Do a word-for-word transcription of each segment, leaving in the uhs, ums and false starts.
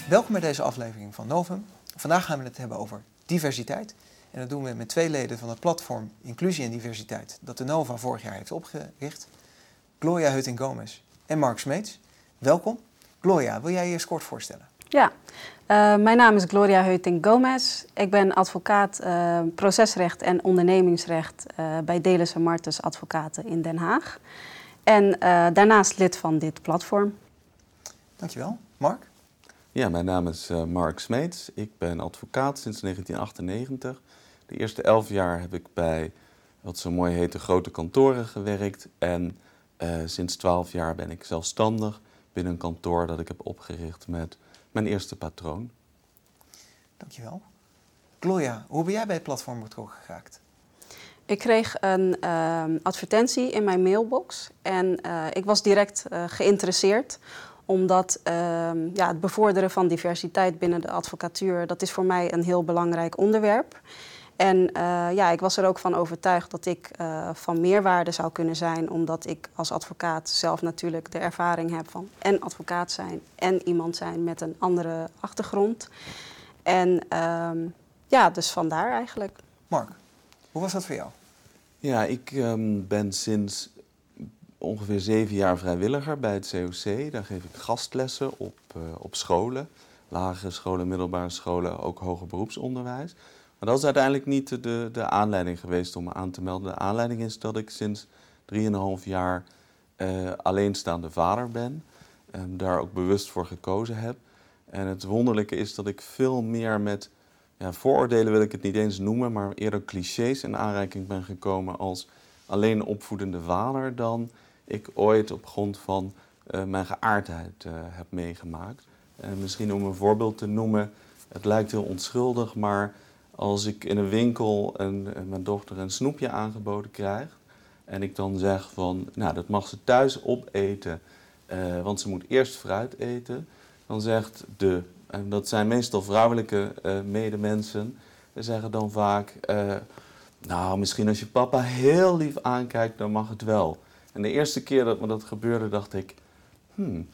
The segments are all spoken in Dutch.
Welkom bij deze aflevering van Novum. Vandaag gaan we het hebben over diversiteit. En dat doen we met twee leden van het platform Inclusie en Diversiteit dat de Nova vorig jaar heeft opgericht. Gloria Heuting-Gomez en Mark Smeets. Welkom. Gloria, wil jij je eens kort voorstellen? Ja, uh, mijn naam is Gloria Heuting-Gomez. Ik ben advocaat uh, procesrecht en ondernemingsrecht uh, bij Delis en Martens Advocaten in Den Haag. En uh, daarnaast lid van dit platform. Dankjewel. Mark? Ja, mijn naam is uh, Mark Smeets. Ik ben advocaat sinds negentien achtennegentig. De eerste elf jaar heb ik bij wat zo mooi heet de grote kantoren gewerkt. En uh, sinds twaalf jaar ben ik zelfstandig binnen een kantoor dat ik heb opgericht met mijn eerste patroon. Dankjewel. Gloria, hoe ben jij bij het platform betrokken geraakt? Ik kreeg een uh, advertentie in mijn mailbox en uh, ik was direct uh, geïnteresseerd. Omdat uh, ja, het bevorderen van diversiteit binnen de advocatuur, dat is voor mij een heel belangrijk onderwerp. En uh, ja, ik was er ook van overtuigd dat ik uh, van meerwaarde zou kunnen zijn, omdat ik als advocaat zelf natuurlijk de ervaring heb van en advocaat zijn en iemand zijn met een andere achtergrond. En uh, ja, dus vandaar eigenlijk. Mark, hoe was dat voor jou? Ja, ik um, ben sinds ongeveer zeven jaar vrijwilliger bij het C O C. Daar geef ik gastlessen op, uh, op scholen, lagere scholen, middelbare scholen, ook hoger beroepsonderwijs. Maar dat is uiteindelijk niet de, de aanleiding geweest om me aan te melden. De aanleiding is dat ik sinds drieënhalf jaar uh, alleenstaande vader ben. En daar ook bewust voor gekozen heb. En het wonderlijke is dat ik veel meer met ja, vooroordelen wil ik het niet eens noemen, maar eerder clichés in aanraking ben gekomen als alleen opvoedende vader dan ik ooit op grond van uh, mijn geaardheid uh, heb meegemaakt. En misschien om een voorbeeld te noemen, het lijkt heel onschuldig, maar als ik in een winkel een, mijn dochter een snoepje aangeboden krijg en ik dan zeg van, nou dat mag ze thuis opeten, uh, want ze moet eerst fruit eten, dan zegt de, en dat zijn meestal vrouwelijke uh, medemensen, die zeggen dan vaak, uh, nou misschien als je papa heel lief aankijkt, dan mag het wel. En de eerste keer dat me dat gebeurde, dacht ik, hmm,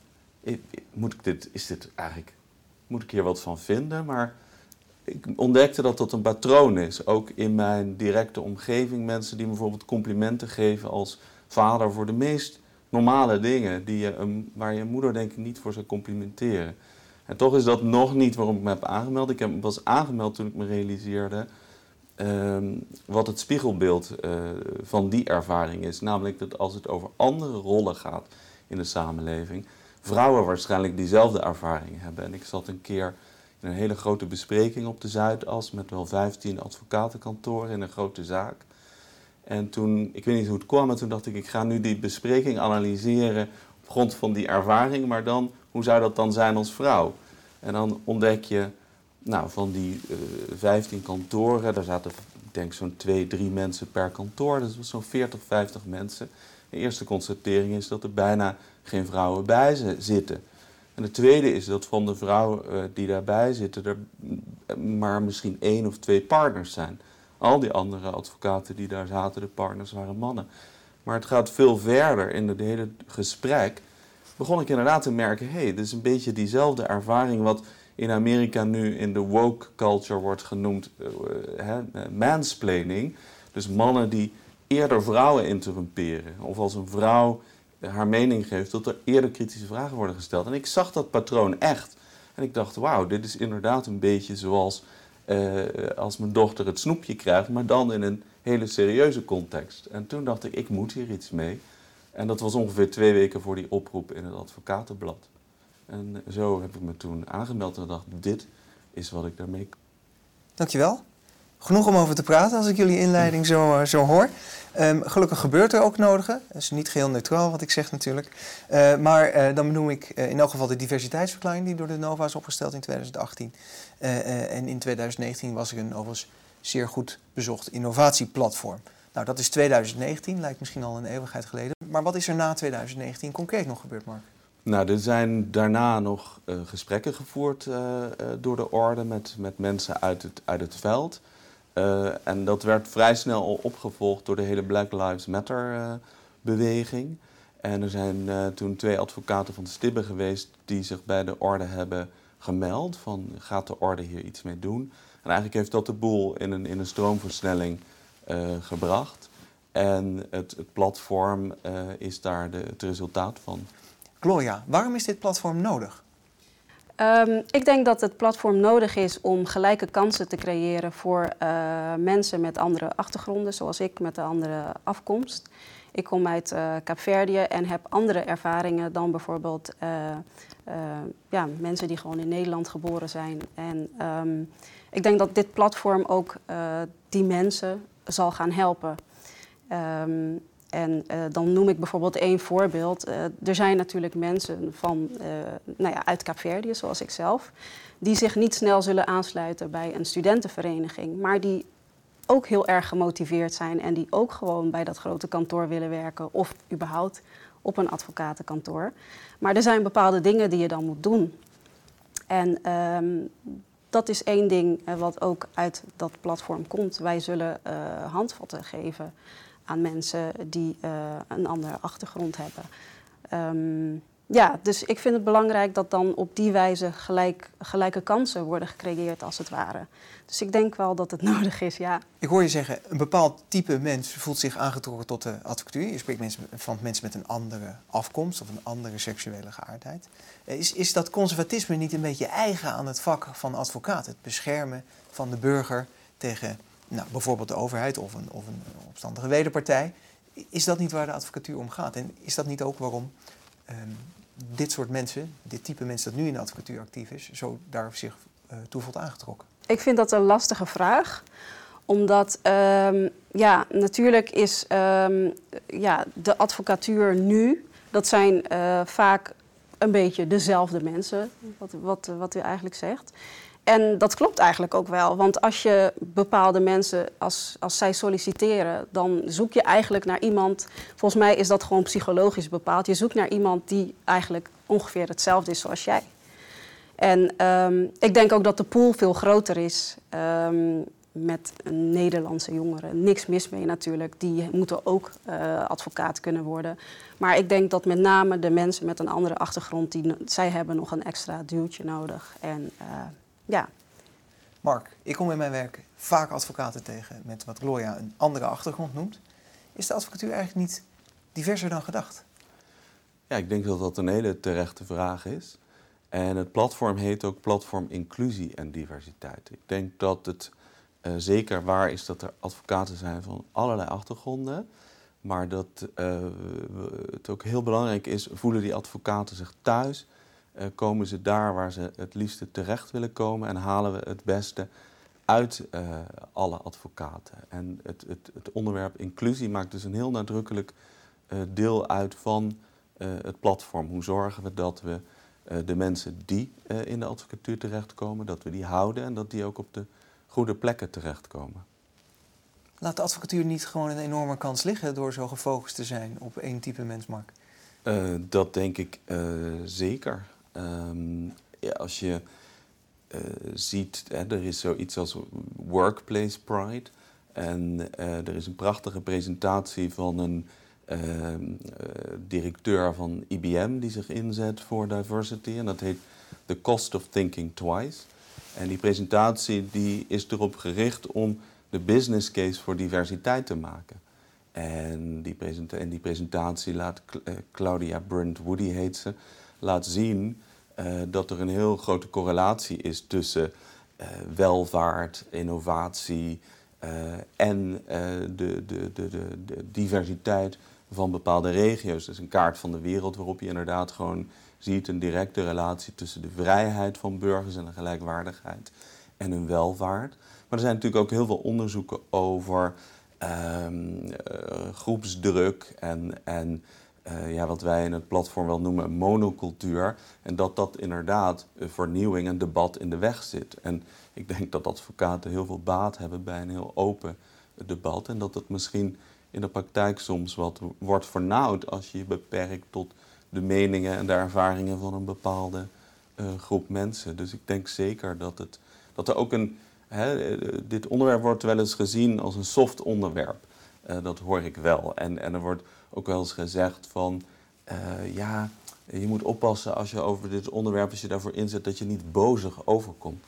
moet ik dit, is dit eigenlijk, moet ik hier wat van vinden? Maar ik ontdekte dat dat een patroon is, ook in mijn directe omgeving. Mensen die me bijvoorbeeld complimenten geven als vader voor de meest normale dingen die je, um, waar je moeder denk ik niet voor zou complimenteren. En toch is dat nog niet waarom ik me heb aangemeld. Ik heb me pas aangemeld toen ik me realiseerde um, wat het spiegelbeeld uh, van die ervaring is. Namelijk dat als het over andere rollen gaat in de samenleving, vrouwen waarschijnlijk diezelfde ervaring hebben. En ik zat een keer in een hele grote bespreking op de Zuidas met wel vijftien advocatenkantoren in een grote zaak. En toen, ik weet niet hoe het kwam, maar toen dacht ik, ik ga nu die bespreking analyseren op grond van die ervaring, maar dan, hoe zou dat dan zijn als vrouw? En dan ontdek je, nou, van die uh, vijftien kantoren, daar zaten, ik denk, zo'n twee, drie mensen per kantoor, dus zo'n veertig, vijftig mensen. De eerste constatering is dat er bijna geen vrouwen bij zitten. En de tweede is dat van de vrouwen uh, die daarbij zitten, er maar misschien één of twee partners zijn. Al die andere advocaten die daar zaten, de partners waren mannen. Maar het gaat veel verder. In het hele gesprek begon ik inderdaad te merken, hé, hey, dit is een beetje diezelfde ervaring wat in Amerika nu in de woke culture wordt genoemd uh, uh, mansplaining. Dus mannen die eerder vrouwen interrumperen. Of als een vrouw haar mening geeft, dat er eerder kritische vragen worden gesteld. En ik zag dat patroon echt. En ik dacht, wauw, dit is inderdaad een beetje zoals uh, als mijn dochter het snoepje krijgt, maar dan in een hele serieuze context. En toen dacht ik, ik moet hier iets mee. En dat was ongeveer twee weken voor die oproep in het advocatenblad. En zo heb ik me toen aangemeld en dacht, dit is wat ik daarmee kan. Dankjewel. Genoeg om over te praten als ik jullie inleiding zo, zo hoor. Um, gelukkig gebeurt er ook nodige. Dat is niet geheel neutraal wat ik zeg natuurlijk. Uh, maar uh, dan benoem ik uh, in elk geval de diversiteitsverklaring die door de Nova is opgesteld in twintig achttien. Uh, uh, en in twintig negentien was er een overigens zeer goed bezocht innovatieplatform. Nou, dat is twintig negentien, lijkt misschien al een eeuwigheid geleden. Maar wat is er na twintig negentien concreet nog gebeurd, Mark? Nou, er zijn daarna nog uh, gesprekken gevoerd uh, uh, door de orde met, met mensen uit het, uit het veld. Uh, en dat werd vrij snel al opgevolgd door de hele Black Lives Matter uh, beweging. En er zijn uh, toen twee advocaten van Stibbe geweest die zich bij de orde hebben gemeld van gaat de orde hier iets mee doen. En eigenlijk heeft dat de boel in een, in een stroomversnelling uh, gebracht. En het, het platform uh, is daar de, het resultaat van. Gloria, waarom is dit platform nodig? Um, ik denk dat het platform nodig is om gelijke kansen te creëren voor uh, mensen met andere achtergronden, zoals ik met een andere afkomst. Ik kom uit uh, Kaapverdië en heb andere ervaringen dan bijvoorbeeld uh, uh, ja, mensen die gewoon in Nederland geboren zijn. En um, ik denk dat dit platform ook uh, die mensen zal gaan helpen. Um, En uh, dan noem ik bijvoorbeeld één voorbeeld. Uh, er zijn natuurlijk mensen van, uh, nou ja, uit Kaapverdië, zoals ik zelf, die zich niet snel zullen aansluiten bij een studentenvereniging, maar die ook heel erg gemotiveerd zijn en die ook gewoon bij dat grote kantoor willen werken of überhaupt op een advocatenkantoor. Maar er zijn bepaalde dingen die je dan moet doen. En um, dat is één ding uh, wat ook uit dat platform komt. Wij zullen uh, handvatten geven aan mensen die uh, een andere achtergrond hebben. Um, ja, dus ik vind het belangrijk dat dan op die wijze gelijk, gelijke kansen worden gecreëerd, als het ware. Dus ik denk wel dat het nodig is, ja. Ik hoor je zeggen, een bepaald type mens voelt zich aangetrokken tot de advocatuur. Je spreekt mensen, van mensen met een andere afkomst of een andere seksuele geaardheid. Is, is dat conservatisme niet een beetje eigen aan het vak van advocaat? Het beschermen van de burger tegen, nou, bijvoorbeeld de overheid of een, of een opstandige wederpartij. Is dat niet waar de advocatuur om gaat? En is dat niet ook waarom um, dit soort mensen, dit type mensen dat nu in de advocatuur actief is, zo daar zich uh, toe voelt aangetrokken? Ik vind dat een lastige vraag. Omdat, um, ja, natuurlijk is um, ja, de advocatuur nu, dat zijn uh, vaak een beetje dezelfde mensen, wat, wat, wat u eigenlijk zegt. En dat klopt eigenlijk ook wel, want als je bepaalde mensen, als, als zij solliciteren, dan zoek je eigenlijk naar iemand, volgens mij is dat gewoon psychologisch bepaald, je zoekt naar iemand die eigenlijk ongeveer hetzelfde is zoals jij. En um, ik denk ook dat de pool veel groter is um, met een Nederlandse jongeren. Niks mis mee natuurlijk, die moeten ook uh, advocaat kunnen worden. Maar ik denk dat met name de mensen met een andere achtergrond, die, zij hebben nog een extra duwtje nodig. En uh, ja. Mark, ik kom in mijn werk vaak advocaten tegen met wat Gloria een andere achtergrond noemt. Is de advocatuur eigenlijk niet diverser dan gedacht? Ja, ik denk dat dat een hele terechte vraag is. En het platform heet ook Platform Inclusie en Diversiteit. Ik denk dat het uh, zeker waar is dat er advocaten zijn van allerlei achtergronden. Maar dat uh, het ook heel belangrijk is, voelen die advocaten zich thuis? Uh, komen ze daar waar ze het liefste terecht willen komen? En halen we het beste uit uh, alle advocaten? En het, het, het onderwerp inclusie maakt dus een heel nadrukkelijk uh, deel uit van uh, het platform. Hoe zorgen we dat we uh, de mensen die uh, in de advocatuur terechtkomen, dat we die houden en dat die ook op de goede plekken terechtkomen? Laat de advocatuur niet gewoon een enorme kans liggen door zo gefocust te zijn op één type mens, Mark? Uh, dat denk ik uh, zeker. Um, ja, als je uh, ziet, hè, er is zoiets als workplace pride. En uh, er is een prachtige presentatie van een uh, uh, directeur van I B M die zich inzet voor diversity. En dat heet The Cost of Thinking Twice. En die presentatie die is erop gericht om de business case voor diversiteit te maken. En die, presenta- en die presentatie laat uh, Claudia Brunt-Woody heet ze, laat zien uh, dat er een heel grote correlatie is tussen uh, welvaart, innovatie uh, en uh, de, de, de, de, de diversiteit van bepaalde regio's. Dus een kaart van de wereld waarop je inderdaad gewoon ziet een directe relatie tussen de vrijheid van burgers en de gelijkwaardigheid en hun welvaart. Maar er zijn natuurlijk ook heel veel onderzoeken over Um, uh, groepsdruk en, en uh, ja, wat wij in het platform wel noemen monocultuur. En dat dat inderdaad uh, vernieuwing en debat in de weg zit. En ik denk dat advocaten heel veel baat hebben bij een heel open debat. En dat het misschien in de praktijk soms wat wordt vernauwd als je je beperkt tot de meningen en de ervaringen van een bepaalde uh, groep mensen. Dus ik denk zeker dat, het, dat er ook een... He, dit onderwerp wordt wel eens gezien als een soft onderwerp. Uh, dat hoor ik wel. En, en er wordt ook wel eens gezegd van uh, ja, je moet oppassen als je over dit onderwerp, als je daarvoor inzet, dat je niet bozig overkomt.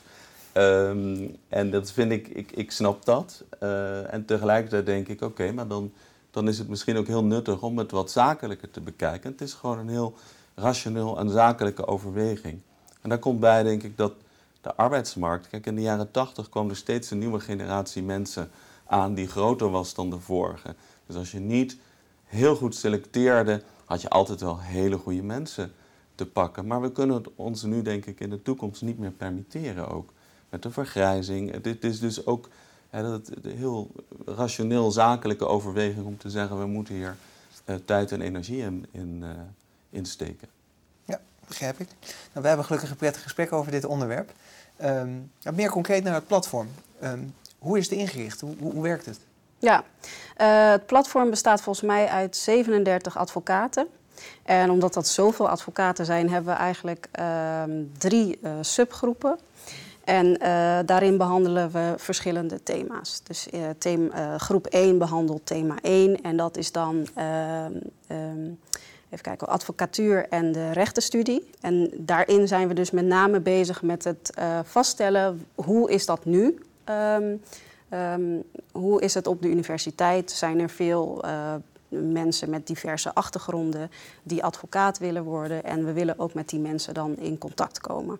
Um, en dat vind ik, ik, ik snap dat. Uh, en tegelijkertijd denk ik, oké, okay, maar dan, dan is het misschien ook heel nuttig om het wat zakelijker te bekijken. Het is gewoon een heel rationeel en zakelijke overweging. En daar komt bij, denk ik, dat de arbeidsmarkt... Kijk, in de jaren tachtig kwam er steeds een nieuwe generatie mensen aan die groter was dan de vorige. Dus als je niet heel goed selecteerde, had je altijd wel hele goede mensen te pakken. Maar we kunnen het ons nu, denk ik, in de toekomst niet meer permitteren ook. Met de vergrijzing. Dit is dus ook hè, dat het een heel rationeel zakelijke overweging om te zeggen, we moeten hier uh, tijd en energie in, in, uh, in steken. Ja, begrijp ik. Nou, we hebben gelukkig een prettig gesprek over dit onderwerp. Um, ja, meer concreet naar het platform. Um, hoe is het ingericht? Hoe, hoe, hoe werkt het? Ja, uh, het platform bestaat volgens mij uit zevenendertig advocaten. En omdat dat zoveel advocaten zijn, hebben we eigenlijk uh, drie uh, subgroepen. En uh, daarin behandelen we verschillende thema's. Dus uh, thema, uh, groep één behandelt thema één. En dat is dan uh, um, even kijken, advocatuur en de rechtenstudie. En daarin zijn we dus met name bezig met het uh, vaststellen, hoe is dat nu? Um, um, hoe is het op de universiteit? Zijn er veel uh, mensen met diverse achtergronden die advocaat willen worden? En we willen ook met die mensen dan in contact komen.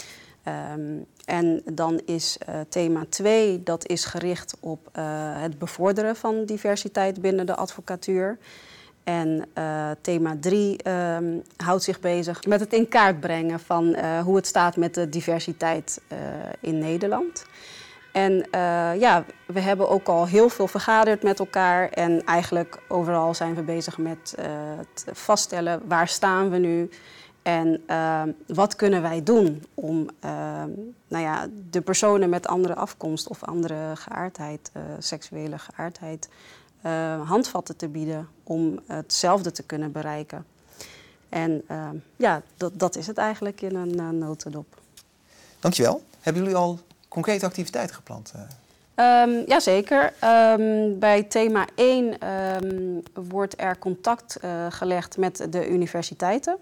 Um, en dan is uh, thema twee, dat is gericht op uh, het bevorderen van diversiteit binnen de advocatuur. En uh, thema drie um, houdt zich bezig met het in kaart brengen van uh, hoe het staat met de diversiteit uh, in Nederland. En uh, ja, we hebben ook al heel veel vergaderd met elkaar en eigenlijk overal zijn we bezig met uh, het vaststellen waar staan we nu. En uh, wat kunnen wij doen om uh, nou ja, de personen met andere afkomst of andere geaardheid, uh, seksuele geaardheid, uh, handvatten te bieden om hetzelfde te kunnen bereiken. En uh, ja, dat, dat is het eigenlijk in een uh, notendop. Dankjewel. Hebben jullie al concrete activiteiten gepland? Uh? Um, Jazeker. Um, bij thema één um, wordt er contact uh, gelegd met de universiteiten.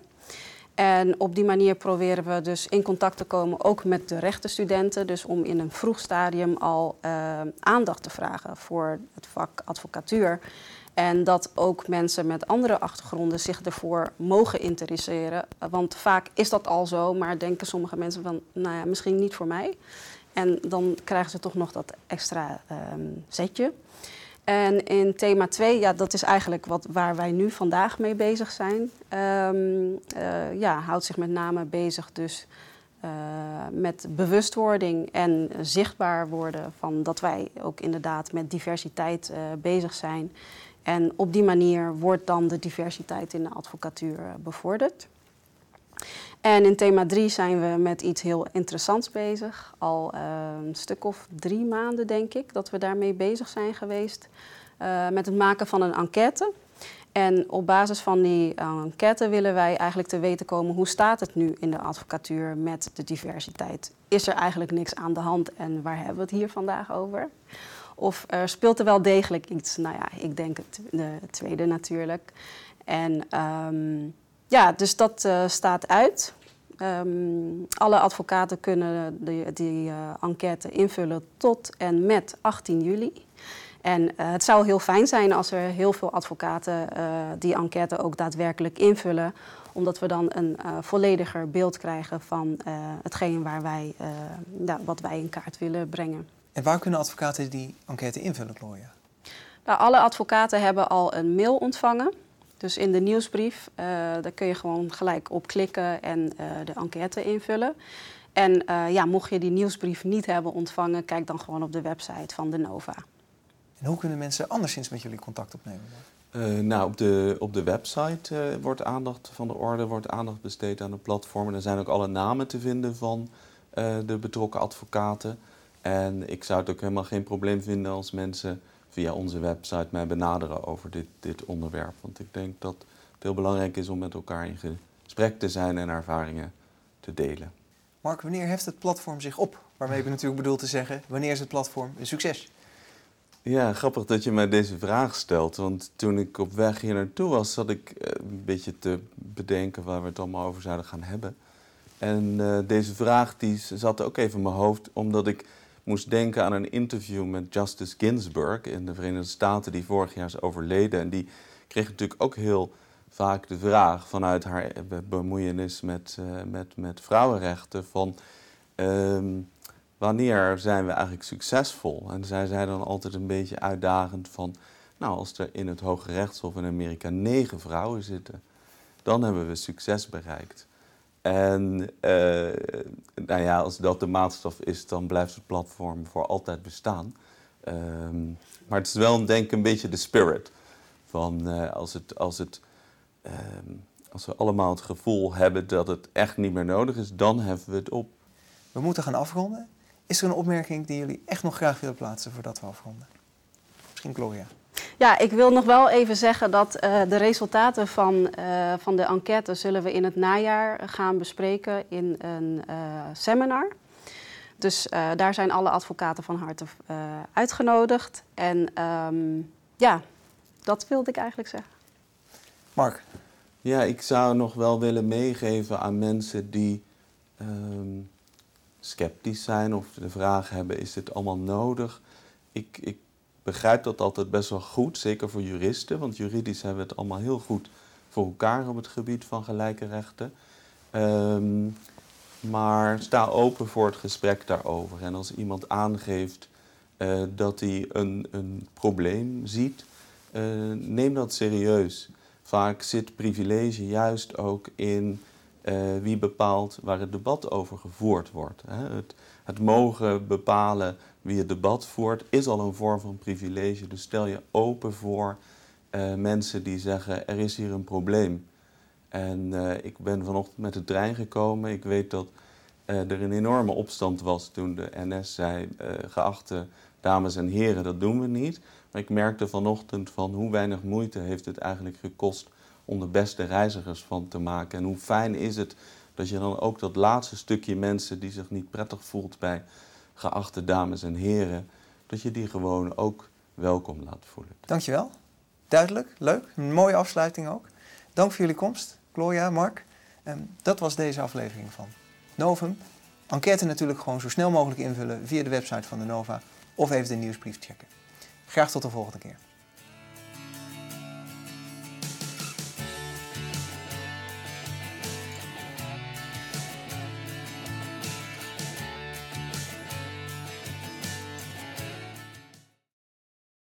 En op die manier proberen we dus in contact te komen ook met de rechtenstudenten. Dus om in een vroeg stadium al uh, aandacht te vragen voor het vak advocatuur. En dat ook mensen met andere achtergronden zich ervoor mogen interesseren. Want vaak is dat al zo, maar denken sommige mensen van, nou ja, misschien niet voor mij. En dan krijgen ze toch nog dat extra um, zetje. En in thema twee, ja, dat is eigenlijk wat, waar wij nu vandaag mee bezig zijn. Um, uh, ja, houdt zich met name bezig dus uh, met bewustwording en zichtbaar worden van dat wij ook inderdaad met diversiteit uh, bezig zijn. En op die manier wordt dan de diversiteit in de advocatuur uh, bevorderd. En in thema drie zijn we met iets heel interessants bezig. Al uh, een stuk of drie maanden, denk ik, dat we daarmee bezig zijn geweest. Uh, met het maken van een enquête. En op basis van die enquête willen wij eigenlijk te weten komen, hoe staat het nu in de advocatuur met de diversiteit? Is er eigenlijk niks aan de hand en waar hebben we het hier vandaag over? Of uh, speelt er wel degelijk iets? Nou ja, ik denk het de tweede natuurlijk. En um, ja, dus dat uh, staat uit. Um, alle advocaten kunnen die, die uh, enquête invullen tot en met achttien juli. En uh, het zou heel fijn zijn als er heel veel advocaten uh, die enquête ook daadwerkelijk invullen. Omdat we dan een uh, vollediger beeld krijgen van uh, hetgeen waar wij, uh, ja, wat wij in kaart willen brengen. En waar kunnen advocaten die enquête invullen, Gloria? Nou, alle advocaten hebben al een mail ontvangen. Dus in de nieuwsbrief, uh, daar kun je gewoon gelijk op klikken en uh, de enquête invullen. En uh, ja, mocht je die nieuwsbrief niet hebben ontvangen, kijk dan gewoon op de website van de Nova. En hoe kunnen mensen anderszins met jullie contact opnemen? Uh, nou, op de, op de website uh, wordt aandacht van de orde, wordt aandacht besteed aan de platformen. Er zijn ook alle namen te vinden van uh, de betrokken advocaten. En ik zou het ook helemaal geen probleem vinden als mensen via onze website mij benaderen over dit, dit onderwerp. Want ik denk dat het heel belangrijk is om met elkaar in gesprek te zijn en ervaringen te delen. Mark, wanneer heft het platform zich op? Waarmee ik natuurlijk bedoel te zeggen, wanneer is het platform een succes? Ja, grappig dat je mij deze vraag stelt. Want toen ik op weg hier naartoe was, zat ik uh, een beetje te bedenken waar we het allemaal over zouden gaan hebben. En uh, deze vraag die zat ook even in mijn hoofd, omdat ik moest denken aan een interview met Justice Ginsburg in de Verenigde Staten, die vorig jaar is overleden. En die kreeg natuurlijk ook heel vaak de vraag vanuit haar bemoeienis met, uh, met, met vrouwenrechten van uh, wanneer zijn we eigenlijk succesvol? En zij zei dan altijd een beetje uitdagend van, nou, als er in het Hoge Rechtshof in Amerika negen vrouwen zitten, dan hebben we succes bereikt. En uh, nou ja, als dat de maatstaf is, dan blijft het platform voor altijd bestaan. Um, maar het is wel, denk ik, een beetje de spirit. Van uh, als, het, als, het, um, als we allemaal het gevoel hebben dat het echt niet meer nodig is, dan heffen we het op. We moeten gaan afronden. Is er een opmerking die jullie echt nog graag willen plaatsen voordat we afronden? Misschien Gloria. Ja, ik wil nog wel even zeggen dat uh, de resultaten van, uh, van de enquête zullen we in het najaar gaan bespreken in een uh, seminar. Dus uh, daar zijn alle advocaten van harte uh, uitgenodigd. En um, ja, dat wilde ik eigenlijk zeggen. Mark? Ja, ik zou nog wel willen meegeven aan mensen die um, sceptisch zijn of de vraag hebben, is dit allemaal nodig? Ik, ik begrijp dat altijd best wel goed, zeker voor juristen, want juridisch hebben we het allemaal heel goed voor elkaar op het gebied van gelijke rechten. Um, maar sta open voor het gesprek daarover. En als iemand aangeeft uh, dat hij een, een probleem ziet, uh, neem dat serieus. Vaak zit privilege juist ook in uh, wie bepaalt waar het debat over gevoerd wordt. Hè. Het, het mogen bepalen wie het debat voert is al een vorm van privilege. Dus stel je open voor uh, mensen die zeggen, er is hier een probleem. En uh, ik ben vanochtend met de trein gekomen. Ik weet dat uh, er een enorme opstand was toen de N S zei, uh, geachte dames en heren, dat doen we niet. Maar ik merkte vanochtend van hoe weinig moeite heeft het eigenlijk gekost om de beste reizigers van te maken. En hoe fijn is het dat je dan ook dat laatste stukje mensen die zich niet prettig voelt bij geachte dames en heren, dat je die gewoon ook welkom laat voelen. Dankjewel. Duidelijk, leuk. Een mooie afsluiting ook. Dank voor jullie komst, Gloria, Mark. Um, dat was deze aflevering van Novum. Enquête natuurlijk gewoon zo snel mogelijk invullen via de website van de Nova of even de nieuwsbrief checken. Graag tot de volgende keer.